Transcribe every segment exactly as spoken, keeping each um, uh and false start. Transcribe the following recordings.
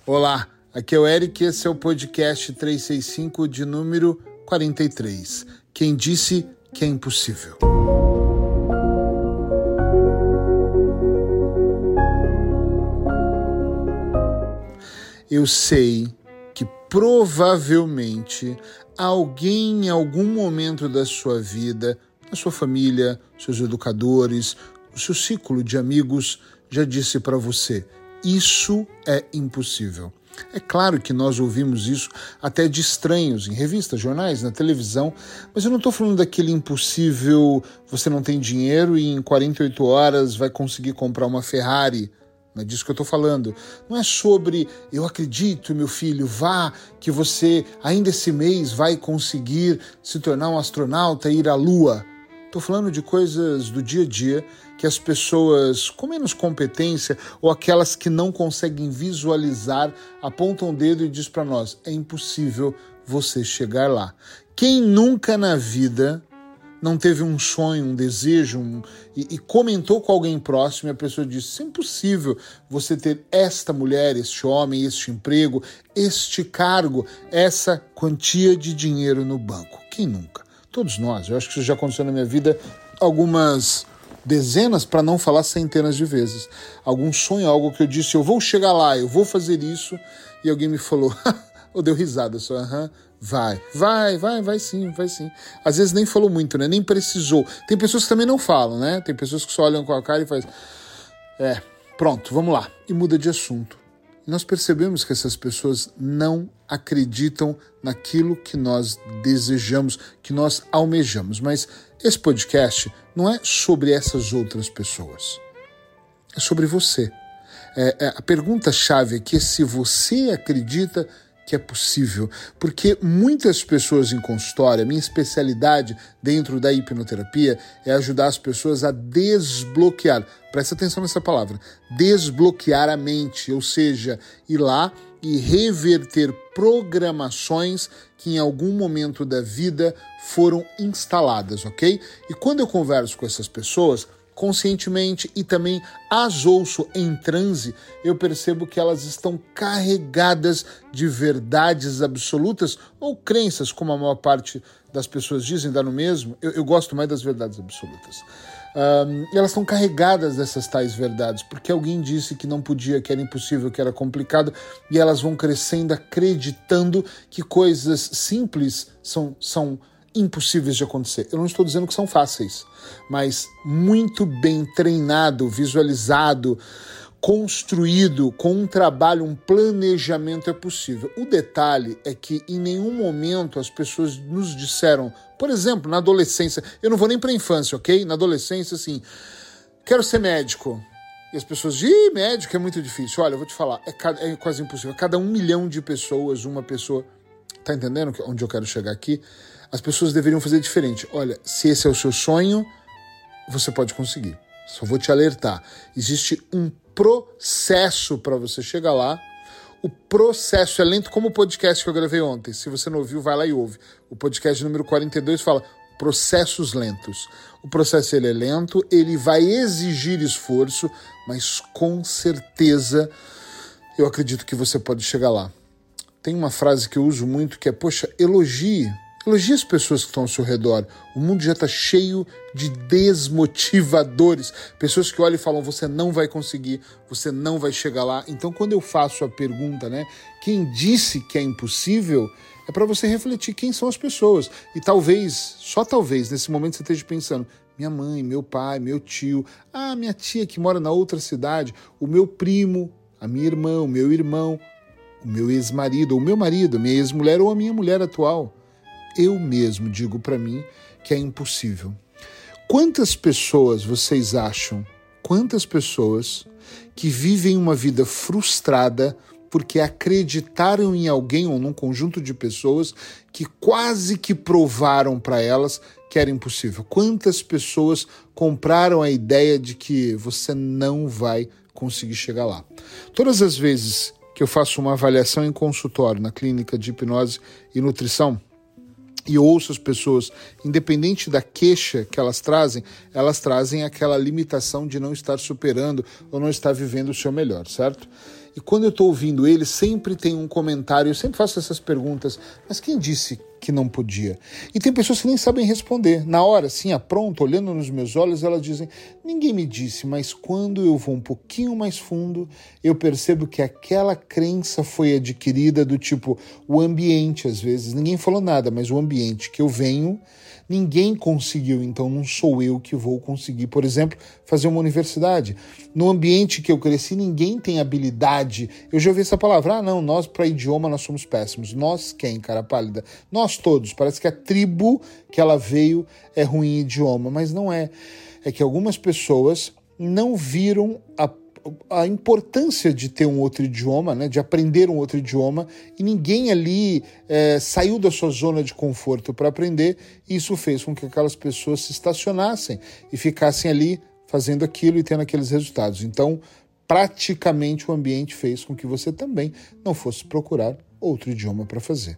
Olá, aqui é o Eric e esse é o podcast trezentos e sessenta e cinco de número quarenta e três. Quem disse que é impossível? Eu sei que provavelmente alguém em algum momento da sua vida, na sua família, seus educadores, o seu ciclo de amigos já disse para você: isso é impossível. É claro que nós ouvimos isso até de estranhos, em revistas, jornais, na televisão, mas eu não estou falando daquele impossível, você não tem dinheiro e em quarenta e oito horas vai conseguir comprar uma Ferrari. Não é disso que eu estou falando. Não é sobre, eu acredito, meu filho, vá, que você ainda esse mês vai conseguir se tornar um astronauta e ir à Lua. Estou falando de coisas do dia a dia que as pessoas com menos competência ou aquelas que não conseguem visualizar apontam o dedo e diz para nós: é impossível você chegar lá. Quem nunca na vida não teve um sonho, um desejo um, e, e comentou com alguém próximo e a pessoa disse: é impossível você ter esta mulher, este homem, este emprego, este cargo, essa quantia de dinheiro no banco? Quem nunca? Todos nós. Eu acho que isso já aconteceu na minha vida algumas dezenas, para não falar centenas de vezes. Algum sonho, algo que eu disse: eu vou chegar lá, eu vou fazer isso, e alguém me falou, ou deu risada só, aham, vai, vai, vai, vai sim, vai sim. Às vezes nem falou muito, né? Nem precisou. Tem pessoas que também não falam, né? Tem pessoas que só olham com a cara e fazem, é, pronto, vamos lá. E muda de assunto. E nós percebemos que essas pessoas não acreditam naquilo que nós desejamos, que nós almejamos. Mas esse podcast não é sobre essas outras pessoas. É sobre você. É, é, a pergunta-chave aqui é se você acredita que é possível, porque muitas pessoas em consultório, a minha especialidade dentro da hipnoterapia é ajudar as pessoas a desbloquear, presta atenção nessa palavra, desbloquear a mente, ou seja, ir lá e reverter programações que em algum momento da vida foram instaladas, ok? E quando eu converso com essas pessoas, conscientemente e também as ouço em transe, eu percebo que elas estão carregadas de verdades absolutas ou crenças, como a maior parte das pessoas dizem, dá no mesmo. Eu, eu gosto mais das verdades absolutas. Um, elas estão carregadas dessas tais verdades, porque alguém disse que não podia, que era impossível, que era complicado, e elas vão crescendo acreditando que coisas simples são, são impossíveis de acontecer. Eu não estou dizendo que são fáceis, mas muito bem treinado, visualizado, construído, com um trabalho, um planejamento é possível. O detalhe é que em nenhum momento as pessoas nos disseram, por exemplo, na adolescência, eu não vou nem para a infância, ok? Na adolescência, assim, quero ser médico. E as pessoas dizem, ih, médico é muito difícil. Olha, eu vou te falar, é, é quase impossível. Cada um milhão de pessoas, uma pessoa... Tá entendendo onde eu quero chegar aqui? As pessoas deveriam fazer diferente. Olha, se esse é o seu sonho, você pode conseguir. Só vou te alertar. Existe um processo para você chegar lá. O processo é lento, como o podcast que eu gravei ontem. Se você não ouviu, vai lá e ouve. O podcast número quarenta e dois fala processos lentos. O processo ele é lento, ele vai exigir esforço, mas com certeza eu acredito que você pode chegar lá. Tem uma frase que eu uso muito que é, poxa, elogie. Elogie as pessoas que estão ao seu redor. O mundo já está cheio de desmotivadores. Pessoas que olham e falam, você não vai conseguir, você não vai chegar lá. Então, quando eu faço a pergunta, né, quem disse que é impossível, é para você refletir quem são as pessoas. E talvez, só talvez, nesse momento você esteja pensando, minha mãe, meu pai, meu tio, ah, minha tia que mora na outra cidade, o meu primo, a minha irmã, o meu irmão, o meu ex-marido, ou o meu marido, a minha ex-mulher ou a minha mulher atual. Eu mesmo digo para mim que é impossível. Quantas pessoas vocês acham, quantas pessoas que vivem uma vida frustrada porque acreditaram em alguém ou num conjunto de pessoas que quase que provaram para elas que era impossível? Quantas pessoas compraram a ideia de que você não vai conseguir chegar lá? Todas as vezes que eu faço uma avaliação em consultório na clínica de hipnose e nutrição e ouço as pessoas, independente da queixa que elas trazem, elas trazem aquela limitação de não estar superando ou não estar vivendo o seu melhor, certo? e quando eu estou ouvindo ele, sempre tem um comentário, eu sempre faço essas perguntas, mas quem disse que não podia? E tem pessoas que nem sabem responder. Na hora, assim, pronto, olhando nos meus olhos, elas dizem, ninguém me disse, mas quando eu vou um pouquinho mais fundo, eu percebo que aquela crença foi adquirida do tipo, o ambiente, às vezes, ninguém falou nada, mas o ambiente que eu venho, ninguém conseguiu, então não sou eu que vou conseguir, por exemplo, fazer uma universidade. No ambiente que eu cresci, ninguém tem habilidade. Eu já ouvi essa palavra, ah não, nós para idioma nós somos péssimos. Nós quem, cara pálida? Nós todos, parece que a tribo que ela veio é ruim em idioma, mas não é. É que algumas pessoas não viram a a importância de ter um outro idioma, né, de aprender um outro idioma, e ninguém ali é, saiu da sua zona de conforto para aprender, e isso fez com que aquelas pessoas se estacionassem e ficassem ali fazendo aquilo e tendo aqueles resultados. Então, praticamente o ambiente fez com que você também não fosse procurar outro idioma para fazer.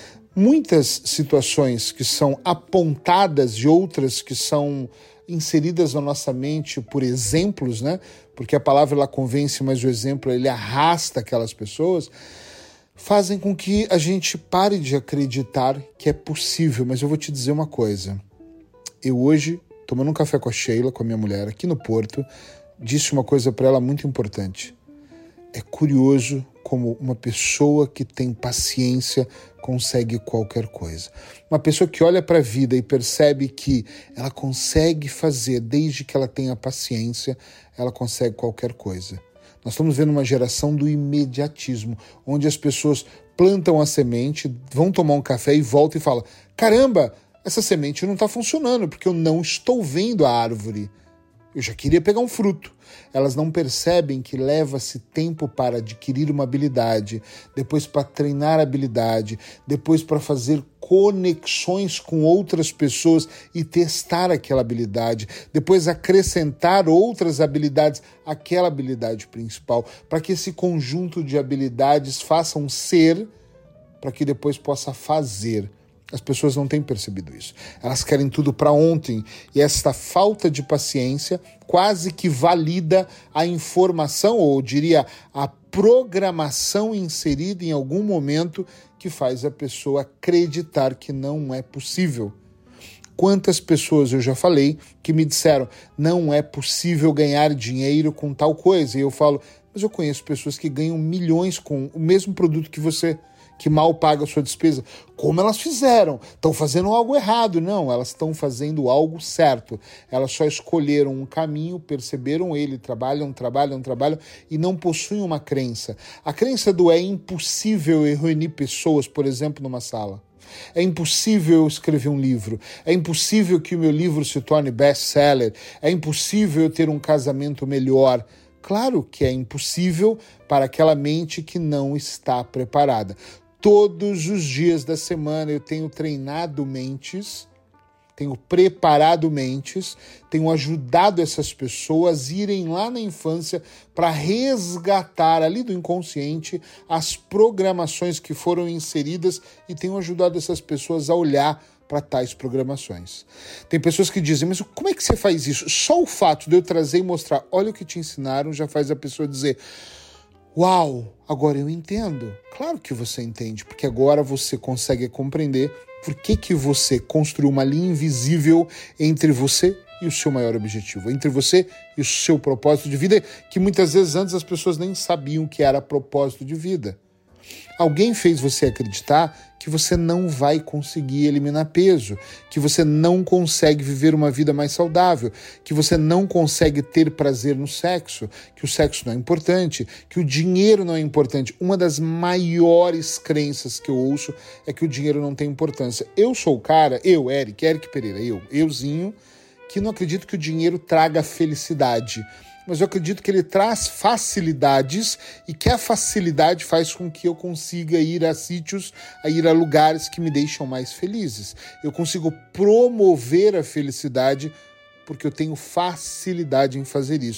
Muitas situações que são apontadas e outras que são inseridas na nossa mente por exemplos, né? Porque a palavra ela convence, mas o exemplo ele arrasta aquelas pessoas, fazem com que a gente pare de acreditar que é possível. Mas eu vou te dizer uma coisa. Eu hoje, tomando um café com a Sheila, com a minha mulher, aqui no Porto, disse uma coisa para ela muito importante. É curioso como uma pessoa que tem paciência consegue qualquer coisa. Uma pessoa que olha para a vida e percebe que ela consegue fazer, desde que ela tenha paciência, ela consegue qualquer coisa. Nós estamos vendo uma geração do imediatismo, onde as pessoas plantam a semente, vão tomar um café e voltam e falam, caramba, essa semente não está funcionando, porque eu não estou vendo a árvore. Eu já queria pegar um fruto. Elas não percebem que leva-se tempo para adquirir uma habilidade, depois para treinar a habilidade, depois para fazer conexões com outras pessoas e testar aquela habilidade, depois acrescentar outras habilidades àquela habilidade principal, para que esse conjunto de habilidades faça um ser, para que depois possa fazer. As pessoas não têm percebido isso. Elas querem tudo para ontem. E esta falta de paciência quase que valida a informação, ou eu diria a programação inserida em algum momento que faz a pessoa acreditar que não é possível. Quantas pessoas eu já falei que me disseram não é possível ganhar dinheiro com tal coisa. E eu falo, mas eu conheço pessoas que ganham milhões com o mesmo produto que você, que mal paga a sua despesa. Como elas fizeram? Estão fazendo algo errado? Não, elas estão fazendo algo certo. Elas só escolheram um caminho, perceberam ele, trabalham, trabalham, trabalham e não possuem uma crença. A crença do é impossível eu reunir pessoas, por exemplo, numa sala. É impossível eu escrever um livro. É impossível que o meu livro se torne best-seller. É impossível eu ter um casamento melhor. Claro que é impossível para aquela mente que não está preparada. Todos os dias da semana eu tenho treinado mentes, tenho preparado mentes, tenho ajudado essas pessoas a irem lá na infância para resgatar ali do inconsciente as programações que foram inseridas e tenho ajudado essas pessoas a olhar para tais programações. Tem pessoas que dizem, mas como é que você faz isso? Só o fato de eu trazer e mostrar, olha o que te ensinaram, já faz a pessoa dizer, uau, agora eu entendo. Claro que você entende, porque agora você consegue compreender por que que você construiu uma linha invisível entre você e o seu maior objetivo, entre você e o seu propósito de vida, que muitas vezes antes as pessoas nem sabiam que era propósito de vida. Alguém fez você acreditar que você não vai conseguir eliminar peso, que você não consegue viver uma vida mais saudável, que você não consegue ter prazer no sexo, que o sexo não é importante, que o dinheiro não é importante. Uma das maiores crenças que eu ouço é que o dinheiro não tem importância. Eu sou o cara, eu, Eric, Eric Pereira, eu, euzinho, que não acredito que o dinheiro traga felicidade. Mas eu acredito que ele traz facilidades e que a facilidade faz com que eu consiga ir a sítios, a ir a lugares que me deixam mais felizes. Eu consigo promover a felicidade porque eu tenho facilidade em fazer isso.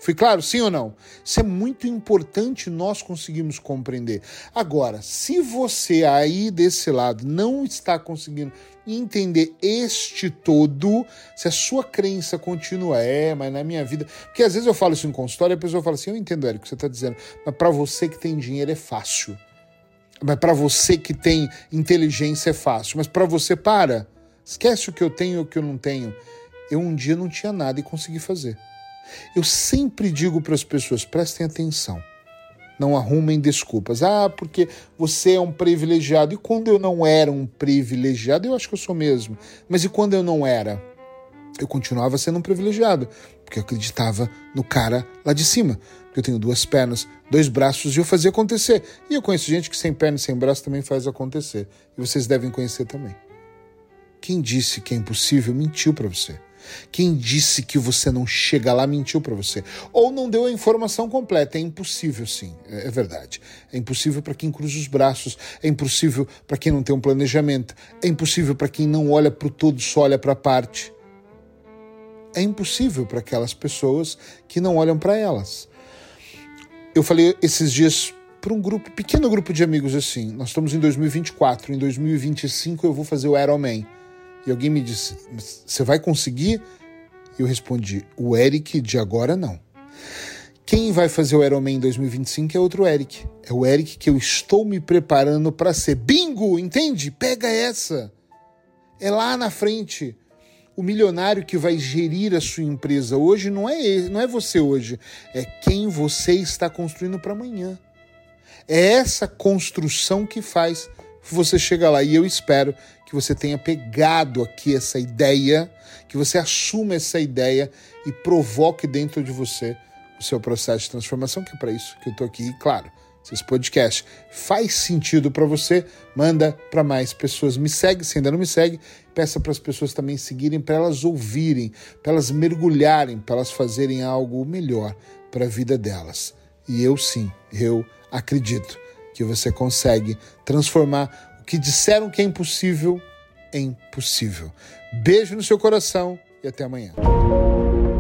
Fui claro, sim ou não? Isso é muito importante nós conseguirmos compreender. Agora, se você aí desse lado não está conseguindo entender este todo, se a sua crença continua, é, mas na minha vida... Porque às vezes eu falo isso em consultório e a pessoa fala assim, eu entendo, Érico, o que você está dizendo, mas para você que tem dinheiro é fácil. Mas para você que tem inteligência é fácil. Mas para você, para. Esquece o que eu tenho e o que eu não tenho. Eu um dia não tinha nada e consegui fazer. Eu sempre digo para as pessoas, prestem atenção. Não arrumem desculpas. Ah, porque você é um privilegiado. E quando eu não era um privilegiado, eu acho que eu sou mesmo. Mas e quando eu não era? Eu continuava sendo um privilegiado. Porque eu acreditava no cara lá de cima. Porque eu tenho duas pernas, dois braços e eu fazia acontecer. E eu conheço gente que sem perna e sem braço também faz acontecer. E vocês devem conhecer também. Quem disse que é impossível mentiu para você. Quem disse que você não chega lá mentiu para você. Ou não deu a informação completa. É impossível, sim. É verdade. É impossível para quem cruza os braços. É impossível para quem não tem um planejamento. É impossível para quem não olha para o todo, só olha para a parte. É impossível para aquelas pessoas que não olham para elas. Eu falei esses dias para um grupo, pequeno grupo de amigos assim. Nós estamos em dois mil e vinte e quatro. Em dois mil e vinte e cinco eu vou fazer o Ironman. E alguém me disse, você vai conseguir? Eu respondi, o Eric de agora não. Quem vai fazer o Ironman em dois mil e vinte e cinco é outro Eric. É o Eric que eu estou me preparando para ser. Bingo, entende? Pega essa. É lá na frente. O milionário que vai gerir a sua empresa hoje não é ele, não é você hoje. É quem você está construindo para amanhã. É essa construção que faz você chegar lá. E eu espero que você tenha pegado aqui essa ideia, que você assuma essa ideia e provoque dentro de você o seu processo de transformação, que é para isso que eu estou aqui. E claro, se esse podcast faz sentido para você, manda para mais pessoas. Me segue, se ainda não me segue, peça para as pessoas também seguirem, para elas ouvirem, para elas mergulharem, para elas fazerem algo melhor para a vida delas. E eu sim, eu acredito que você consegue transformar o que disseram que é impossível em possível. Beijo no seu coração e até amanhã.